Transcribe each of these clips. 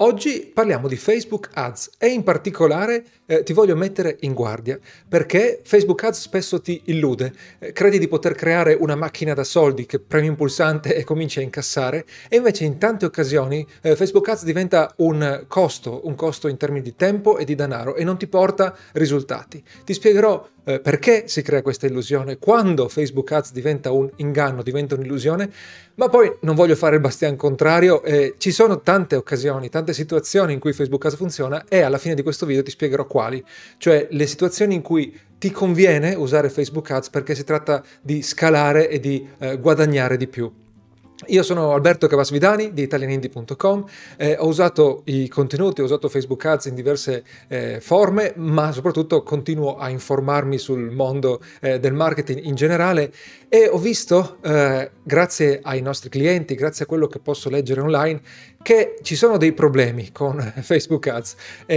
Oggi parliamo di Facebook Ads e in particolare ti voglio mettere in guardia perché Facebook Ads spesso ti illude, credi di poter creare una macchina da soldi che premi un pulsante e cominci a incassare e invece in tante occasioni Facebook Ads diventa un costo in termini di tempo e di denaro e non ti porta risultati. Ti spiegherò perché si crea questa illusione, quando Facebook Ads diventa un inganno, diventa un'illusione, ma poi non voglio fare il bastian contrario, ci sono tante occasioni, tante situazioni in cui Facebook Ads funziona e alla fine di questo video ti spiegherò quali, cioè le situazioni in cui ti conviene usare Facebook Ads perché si tratta di scalare e di guadagnare di più. Io sono Alberto Cavasvidani di italianindie.com, ho usato i contenuti, ho usato Facebook Ads in diverse forme, ma soprattutto continuo a informarmi sul mondo del marketing in generale e ho visto, grazie ai nostri clienti, grazie a quello che posso leggere online, che ci sono dei problemi con Facebook Ads.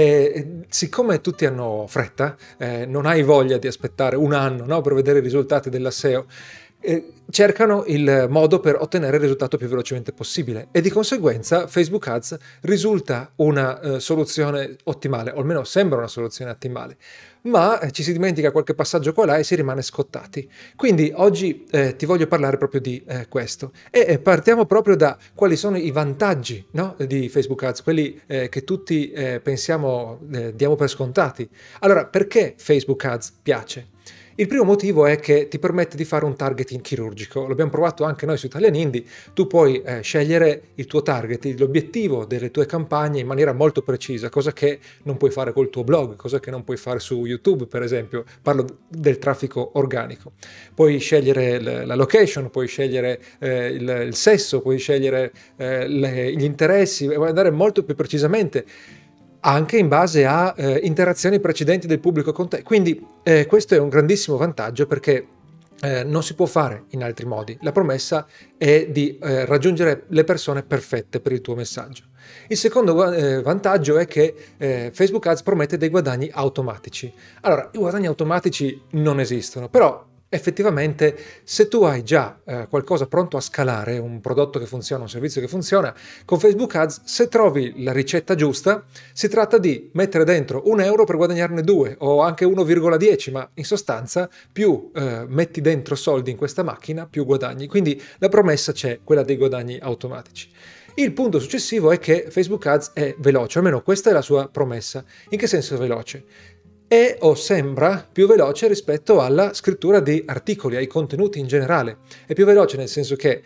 Siccome tutti hanno fretta, non hai voglia di aspettare un anno, no, per vedere i risultati della SEO, cercano il modo per ottenere il risultato più velocemente possibile e di conseguenza Facebook Ads risulta una soluzione ottimale, o almeno sembra una soluzione ottimale, ma ci si dimentica qualche passaggio qua là e si rimane scottati. Quindi oggi ti voglio parlare proprio di questo e partiamo proprio da quali sono i vantaggi, no, di Facebook Ads, quelli che tutti pensiamo, diamo per scontati. Allora, perché Facebook Ads piace? Il primo motivo è che ti permette di fare un targeting chirurgico. L'abbiamo provato anche noi su Italian Indie. Tu puoi scegliere il tuo target, l'obiettivo delle tue campagne in maniera molto precisa, cosa che non puoi fare col tuo blog, cosa che non puoi fare su YouTube, per esempio. Parlo del traffico organico. Puoi scegliere la location, puoi scegliere il sesso, puoi scegliere gli interessi, puoi andare molto più precisamente, anche in base a interazioni precedenti del pubblico con te. Quindi questo è un grandissimo vantaggio perché non si può fare in altri modi. La promessa è di raggiungere le persone perfette per il tuo messaggio. Il secondo vantaggio è che Facebook Ads promette dei guadagni automatici. Allora, i guadagni automatici non esistono, però effettivamente se tu hai già qualcosa pronto a scalare, un prodotto che funziona, un servizio che funziona, con Facebook Ads, se trovi la ricetta giusta, si tratta di mettere dentro €1 per guadagnarne 2 o anche 1,10, ma in sostanza più metti dentro soldi in questa macchina, più guadagni. Quindi la promessa c'è, quella dei guadagni automatici. Il punto successivo è che Facebook Ads è veloce, almeno questa è la sua promessa. In che senso è veloce? È o sembra più veloce rispetto alla scrittura di articoli, ai contenuti in generale. È più veloce nel senso che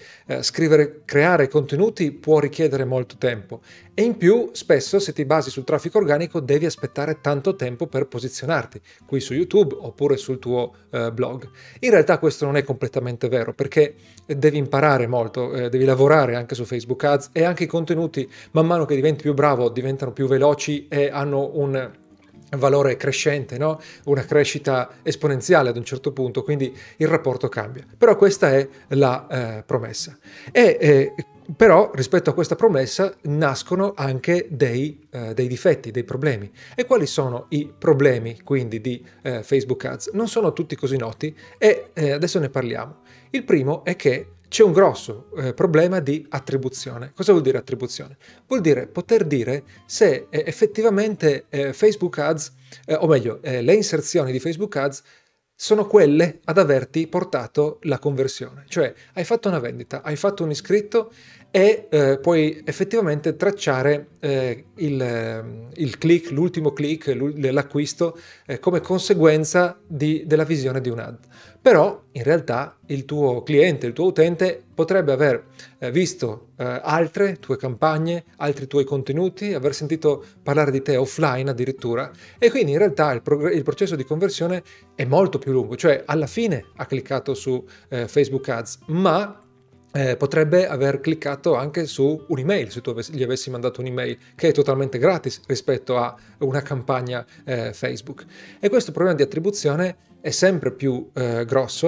creare contenuti può richiedere molto tempo e in più spesso se ti basi sul traffico organico devi aspettare tanto tempo per posizionarti, qui su YouTube oppure sul tuo blog. In realtà questo non è completamente vero perché devi imparare molto, devi lavorare anche su Facebook Ads e anche i contenuti man mano che diventi più bravo diventano più veloci e hanno un valore crescente, no? Una crescita esponenziale ad un certo punto, quindi il rapporto cambia. Però questa è la promessa. Però rispetto a questa promessa nascono anche dei difetti, dei problemi. E quali sono i problemi quindi di Facebook Ads? Non sono tutti così noti e adesso ne parliamo. Il primo è che c'è un grosso problema di attribuzione. Cosa vuol dire attribuzione? Vuol dire poter dire se effettivamente Facebook Ads, o meglio, le inserzioni di Facebook Ads sono quelle ad averti portato la conversione. Cioè hai fatto una vendita, hai fatto un iscritto e puoi effettivamente tracciare il click, l'ultimo click, l'acquisto come conseguenza della visione di un'ad. Però in realtà il tuo cliente, il tuo utente potrebbe aver visto altre tue campagne, altri tuoi contenuti, aver sentito parlare di te offline addirittura e quindi in realtà il processo di conversione è molto più lungo, cioè alla fine ha cliccato su Facebook Ads, ma potrebbe aver cliccato anche su un'email se tu gli avessi mandato un'email che è totalmente gratis rispetto a una campagna Facebook. E questo problema di attribuzione è sempre più grosso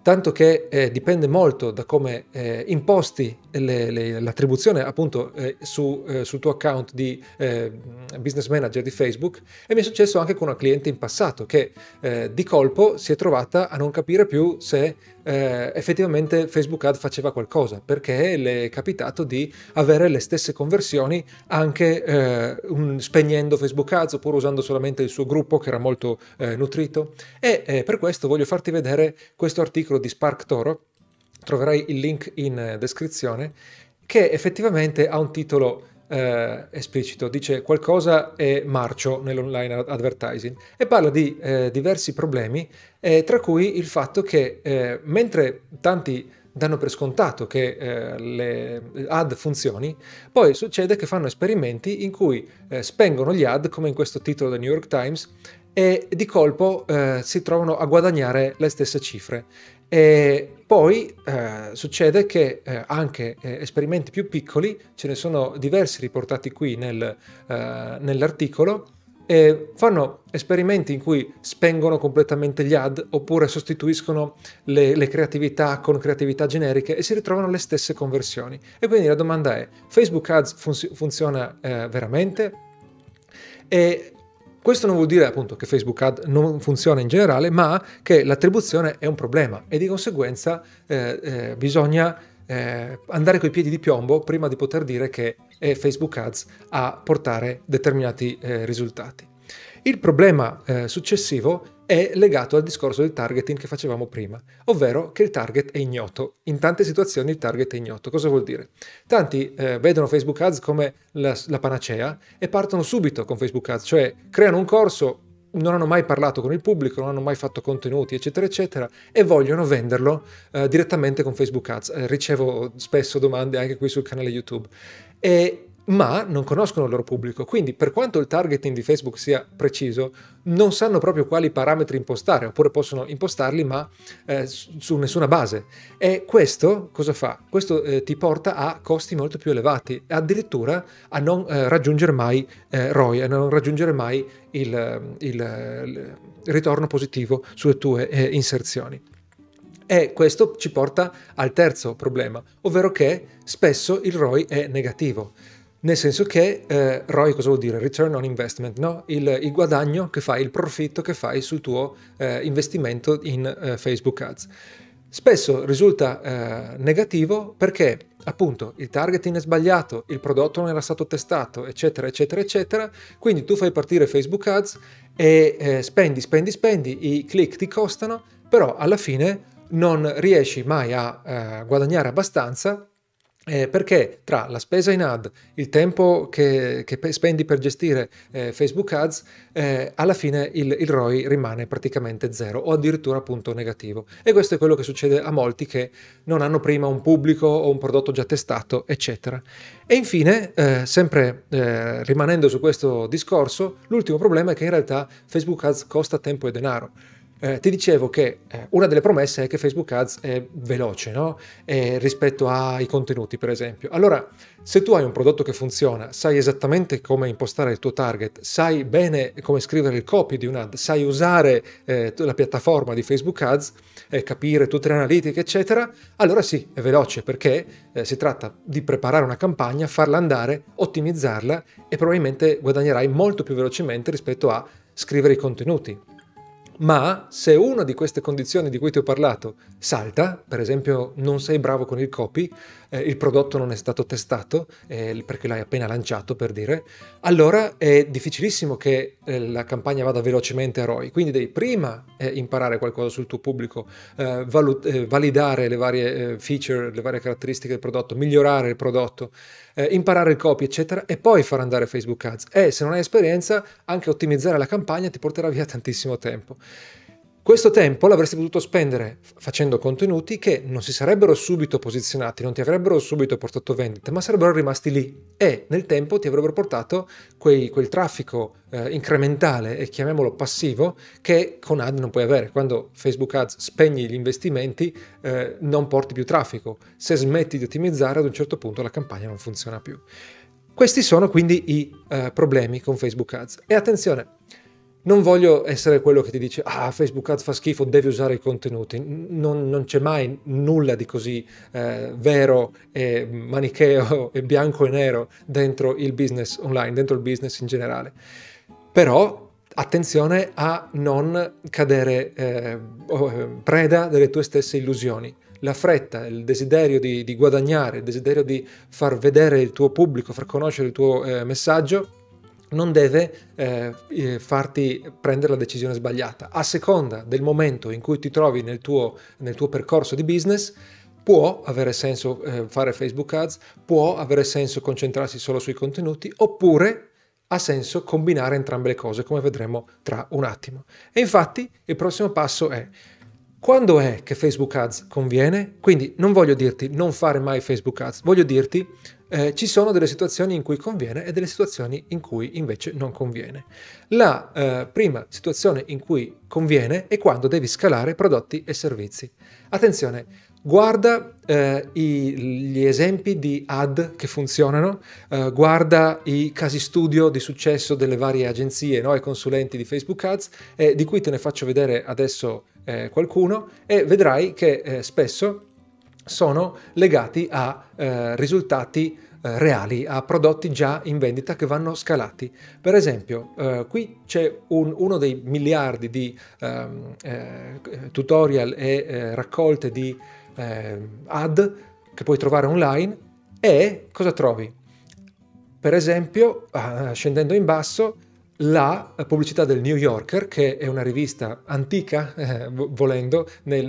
tanto che dipende molto da come imposti l'attribuzione appunto sul tuo account di business manager di Facebook. E mi è successo anche con una cliente in passato che di colpo si è trovata a non capire più se effettivamente Facebook Ad faceva qualcosa, perché le è capitato di avere le stesse conversioni anche spegnendo Facebook Ads oppure usando solamente il suo gruppo che era molto nutrito. E per questo voglio farti vedere questo articolo di SparkToro, troverai il link in descrizione, che effettivamente ha un titolo esplicito, dice qualcosa è marcio nell'online advertising, e parla di diversi problemi, tra cui il fatto che mentre tanti danno per scontato che le ad funzioni, poi succede che fanno esperimenti in cui spengono gli ad, come in questo titolo del New York Times, e di colpo si trovano a guadagnare le stesse cifre. E poi succede che anche esperimenti più piccoli, ce ne sono diversi riportati qui nell'articolo, fanno esperimenti in cui spengono completamente gli ad oppure sostituiscono le creatività con creatività generiche e si ritrovano le stesse conversioni. E quindi la domanda è: Facebook Ads funziona veramente? E questo non vuol dire appunto che Facebook Ad non funziona in generale, ma che l'attribuzione è un problema e di conseguenza bisogna andare coi piedi di piombo prima di poter dire che è Facebook Ads a portare determinati risultati. Il problema successivo è legato al discorso del targeting che facevamo prima, ovvero che il target è ignoto. In tante situazioni il target è ignoto. Cosa vuol dire? Tanti vedono Facebook Ads come la panacea e partono subito con Facebook Ads, cioè creano un corso, non hanno mai parlato con il pubblico, non hanno mai fatto contenuti, eccetera, eccetera, e vogliono venderlo direttamente con Facebook Ads. Ricevo spesso domande anche qui sul canale YouTube. Ma non conoscono il loro pubblico, quindi per quanto il targeting di Facebook sia preciso, non sanno proprio quali parametri impostare, oppure possono impostarli ma su nessuna base. E questo cosa fa? Questo ti porta a costi molto più elevati, addirittura a non raggiungere mai ROI, a non raggiungere mai il ritorno positivo sulle tue inserzioni. E questo ci porta al terzo problema, ovvero che spesso il ROI è negativo. Nel senso che ROI cosa vuol dire? Return on investment, no? Il guadagno che fai, il profitto che fai sul tuo investimento in Facebook Ads. Spesso risulta negativo perché appunto il targeting è sbagliato, il prodotto non era stato testato, eccetera, eccetera, eccetera. Quindi tu fai partire Facebook Ads e spendi, i click ti costano, però alla fine non riesci mai a guadagnare abbastanza. Perché tra la spesa in ad, il tempo che spendi per gestire Facebook Ads, alla fine il ROI rimane praticamente zero o addirittura appunto negativo. E questo è quello che succede a molti che non hanno prima un pubblico o un prodotto già testato, eccetera. E infine, sempre rimanendo su questo discorso, l'ultimo problema è che in realtà Facebook Ads costa tempo e denaro. Ti dicevo che una delle promesse è che Facebook Ads è veloce, no? Rispetto ai contenuti, per esempio. Allora, se tu hai un prodotto che funziona, sai esattamente come impostare il tuo target, sai bene come scrivere il copy di un'ad, sai usare la piattaforma di Facebook Ads, capire tutte le analitiche, eccetera, allora sì, è veloce, perché si tratta di preparare una campagna, farla andare, ottimizzarla e probabilmente guadagnerai molto più velocemente rispetto a scrivere i contenuti. Ma se una di queste condizioni di cui ti ho parlato salta, per esempio non sei bravo con il copy, il prodotto non è stato testato perché l'hai appena lanciato, per dire, allora è difficilissimo che la campagna vada velocemente a ROI. Quindi devi prima imparare qualcosa sul tuo pubblico, validare le varie feature, le varie caratteristiche del prodotto, migliorare il prodotto, imparare il copy, eccetera, e poi far andare Facebook Ads. E se non hai esperienza, anche ottimizzare la campagna ti porterà via tantissimo tempo. Questo tempo l'avresti potuto spendere facendo contenuti che non si sarebbero subito posizionati, non ti avrebbero subito portato vendite, ma sarebbero rimasti lì e nel tempo ti avrebbero portato quel traffico incrementale e chiamiamolo passivo che con ad non puoi avere. Quando Facebook Ads spegni gli investimenti non porti più traffico. Se smetti di ottimizzare, ad un certo punto la campagna non funziona più. Questi sono quindi i problemi con Facebook Ads. E attenzione, Non voglio essere quello che ti dice Facebook Ads fa schifo, devi usare i contenuti. Non c'è mai nulla di così vero e manicheo e bianco e nero dentro il business online, dentro il business in generale. Però attenzione a non cadere preda delle tue stesse illusioni. La fretta, il desiderio di guadagnare, il desiderio di far vedere il tuo pubblico, far conoscere il tuo messaggio, non deve farti prendere la decisione sbagliata. A seconda del momento in cui ti trovi nel tuo percorso di business, può avere senso fare Facebook Ads, può avere senso concentrarsi solo sui contenuti, oppure ha senso combinare entrambe le cose, come vedremo tra un attimo. E infatti il prossimo passo è: quando è che Facebook Ads conviene? Quindi non voglio dirti non fare mai Facebook Ads, voglio dirti ci sono delle situazioni in cui conviene e delle situazioni in cui invece non conviene. La prima situazione in cui conviene è quando devi scalare prodotti e servizi. Attenzione, guarda gli esempi di ad che funzionano, guarda i casi studio di successo delle varie agenzie, no, e consulenti di Facebook Ads, di cui te ne faccio vedere adesso qualcuno, e vedrai che spesso sono legati a risultati reali, a prodotti già in vendita che vanno scalati. Per esempio, qui c'è uno dei miliardi di tutorial e raccolte di ad che puoi trovare online, e cosa trovi? Per esempio, scendendo in basso, la pubblicità del New Yorker, che è una rivista antica, volendo,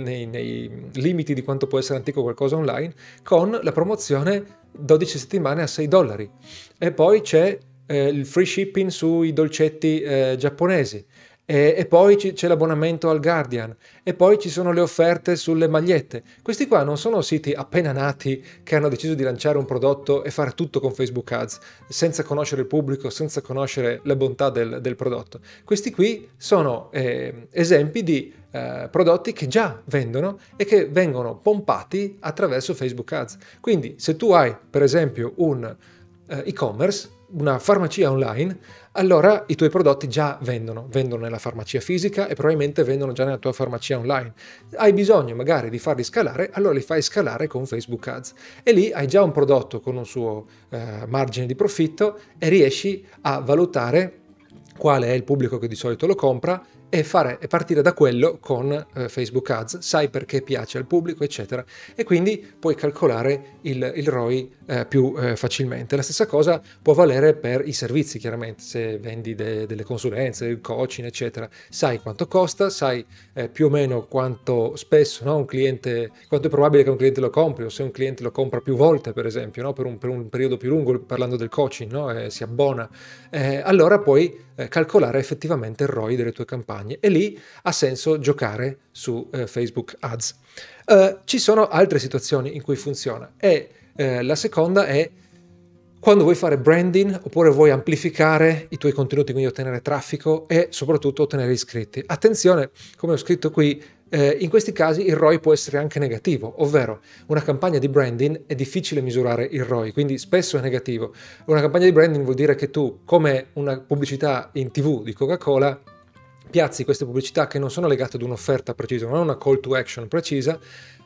nei limiti di quanto può essere antico qualcosa online, con la promozione 12 settimane a $6. E poi c'è il free shipping sui dolcetti giapponesi. E poi c'è l'abbonamento al Guardian, e poi ci sono le offerte sulle magliette. Questi qua non sono siti appena nati che hanno deciso di lanciare un prodotto e fare tutto con Facebook Ads, senza conoscere il pubblico, senza conoscere la bontà del prodotto. Questi qui sono esempi di prodotti che già vendono e che vengono pompati attraverso Facebook Ads. Quindi se tu hai per esempio un e-commerce, una farmacia online, allora i tuoi prodotti già vendono nella farmacia fisica e probabilmente vendono già nella tua farmacia online. Hai bisogno magari di farli scalare, allora li fai scalare con Facebook Ads, e lì hai già un prodotto con un suo margine di profitto, e riesci a valutare quale è il pubblico che di solito lo compra e partire da quello con Facebook Ads. Sai perché piace al pubblico, eccetera, e quindi puoi calcolare il ROI più facilmente. La stessa cosa può valere per i servizi, chiaramente. Se vendi delle consulenze, il coaching, eccetera, sai quanto costa, sai più o meno quanto spesso, no, quanto è probabile che un cliente lo compri, o se un cliente lo compra più volte, per esempio, no, per un periodo più lungo, parlando del coaching, no, si abbona, allora puoi calcolare effettivamente il ROI delle tue campagne, e lì ha senso giocare su Facebook Ads. Ci sono altre situazioni in cui funziona, e la seconda è quando vuoi fare branding oppure vuoi amplificare i tuoi contenuti, quindi ottenere traffico e soprattutto ottenere iscritti. Attenzione, come ho scritto qui, in questi casi il ROI può essere anche negativo, ovvero una campagna di branding è difficile misurare il ROI, quindi spesso è negativo. Una campagna di branding vuol dire che tu, come una pubblicità in TV di Coca-Cola, piazzi queste pubblicità che non sono legate ad un'offerta precisa, non hanno una call to action precisa,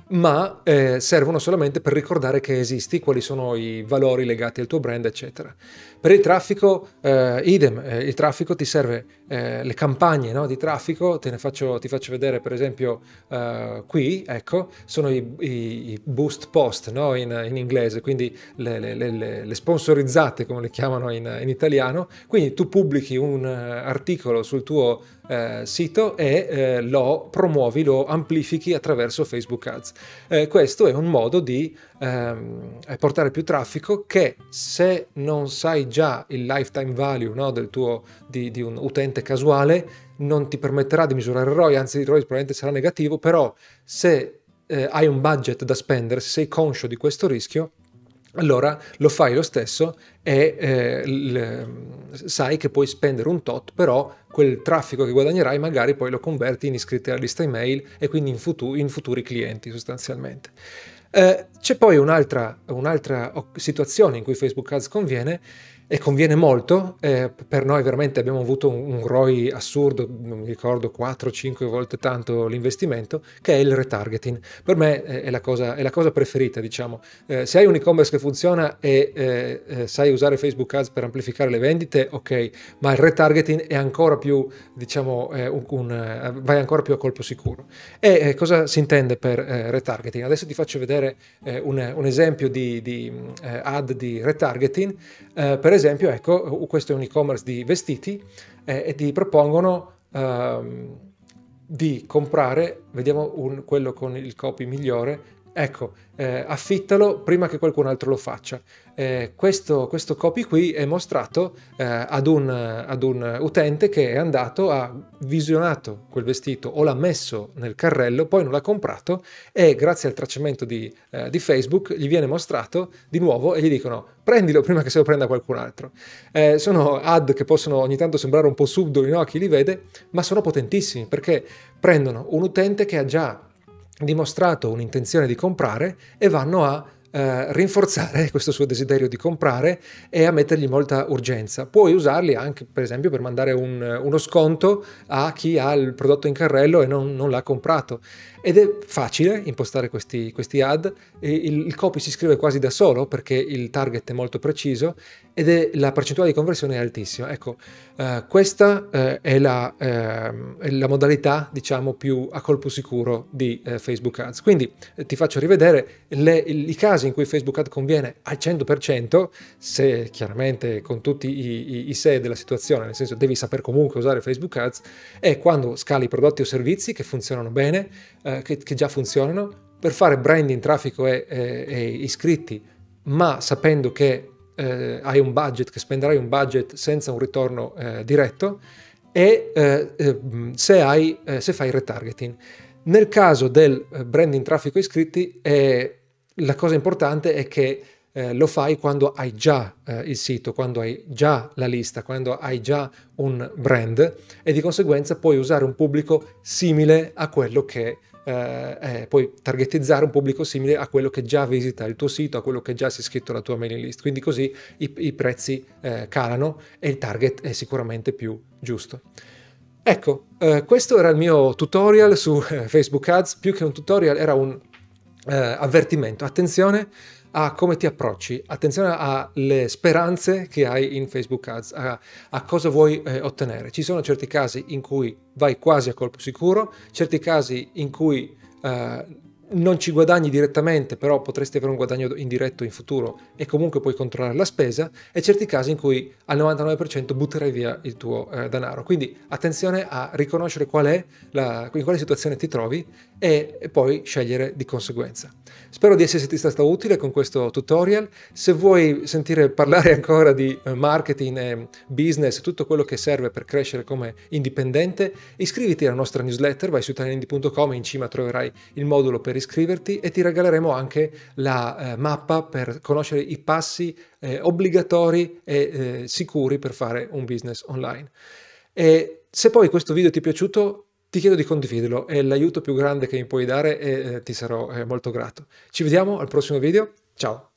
ma servono solamente per ricordare che esisti, quali sono i valori legati al tuo brand, eccetera. Per il traffico, idem, il traffico ti serve, le campagne, no, di traffico, ti faccio vedere per esempio qui, ecco, sono i boost post, no, in inglese, quindi le sponsorizzate, come le chiamano in italiano. Quindi tu pubblichi un articolo sul tuo sito e lo promuovi, lo amplifichi attraverso Facebook Ads. Questo è un modo di portare più traffico, che, se non sai già il lifetime value, no, di un utente casuale, non ti permetterà di misurare il ROI, anzi il ROI probabilmente sarà negativo. Però se hai un budget da spendere, se sei conscio di questo rischio, allora lo fai lo stesso, e sai che puoi spendere un tot, però quel traffico che guadagnerai magari poi lo converti in iscritti alla lista email e quindi in futuri clienti sostanzialmente. C'è poi un'altra situazione in cui Facebook Ads conviene, e conviene molto, per noi veramente abbiamo avuto un ROI assurdo, non mi ricordo 4-5 volte tanto l'investimento, che è il retargeting. Per me è la cosa preferita, diciamo. Se hai un e-commerce che funziona e sai usare Facebook Ads per amplificare le vendite, ok, ma il retargeting è ancora più, diciamo, vai ancora più a colpo sicuro. E cosa si intende per retargeting? Adesso ti faccio vedere un esempio di ad di retargeting. Per esempio, ecco, questo è un e-commerce di vestiti e ti propongono di comprare, vediamo quello con il copy migliore, ecco, affittalo prima che qualcun altro lo faccia. Questo copy qui è mostrato ad un utente che è andato, ha visionato quel vestito o l'ha messo nel carrello, poi non l'ha comprato e grazie al tracciamento di Facebook gli viene mostrato di nuovo e gli dicono prendilo prima che se lo prenda qualcun altro. Sono ad che possono ogni tanto sembrare un po' subdoli, no? A chi li vede, ma sono potentissimi perché prendono un utente che ha già dimostrato un'intenzione di comprare e vanno a rinforzare questo suo desiderio di comprare e a mettergli molta urgenza. Puoi usarli anche, per esempio, per mandare uno sconto a chi ha il prodotto in carrello e non l'ha comprato. Ed è facile impostare questi ad, il copy si scrive quasi da solo perché il target è molto preciso ed la percentuale di conversione è altissima. Ecco, questa è la modalità, diciamo, più a colpo sicuro di Facebook Ads. Quindi ti faccio rivedere i casi in cui Facebook Ads conviene al 100%, se chiaramente con tutti i se della situazione, nel senso devi saper comunque usare Facebook Ads, è quando scali prodotti o servizi che funzionano bene, che già funzionano, per fare branding, traffico e iscritti, ma sapendo che hai un budget, che spenderai un budget senza un ritorno diretto, e se fai retargeting. Nel caso del branding, traffico e iscritti, la cosa importante è che lo fai quando hai già il sito, quando hai già la lista, quando hai già un brand e di conseguenza puoi usare un pubblico simile a quello che puoi targetizzare un pubblico simile a quello che già visita il tuo sito, a quello che già si è iscritto alla tua mailing list. Quindi così i prezzi calano e il target è sicuramente più giusto. Ecco, questo era il mio tutorial su Facebook Ads. Più che un tutorial era un avvertimento. Attenzione a come ti approcci, attenzione alle speranze che hai in Facebook Ads, a cosa vuoi ottenere. Ci sono certi casi in cui vai quasi a colpo sicuro, certi casi in cui non ci guadagni direttamente, però potresti avere un guadagno indiretto in futuro e comunque puoi controllare la spesa, e certi casi in cui al 99% butterai via il tuo denaro. Quindi attenzione a riconoscere in quale situazione ti trovi e poi scegliere di conseguenza. Spero di esserti stato utile con questo tutorial. Se vuoi sentire parlare ancora di marketing e business, tutto quello che serve per crescere come indipendente, iscriviti alla nostra newsletter, vai su italianindie.com e in cima troverai il modulo per iscriverti e ti regaleremo anche la mappa per conoscere i passi obbligatori e sicuri per fare un business online. E se poi questo video ti è piaciuto, ti chiedo di condividerlo, è l'aiuto più grande che mi puoi dare e ti sarò molto grato. Ci vediamo al prossimo video, ciao!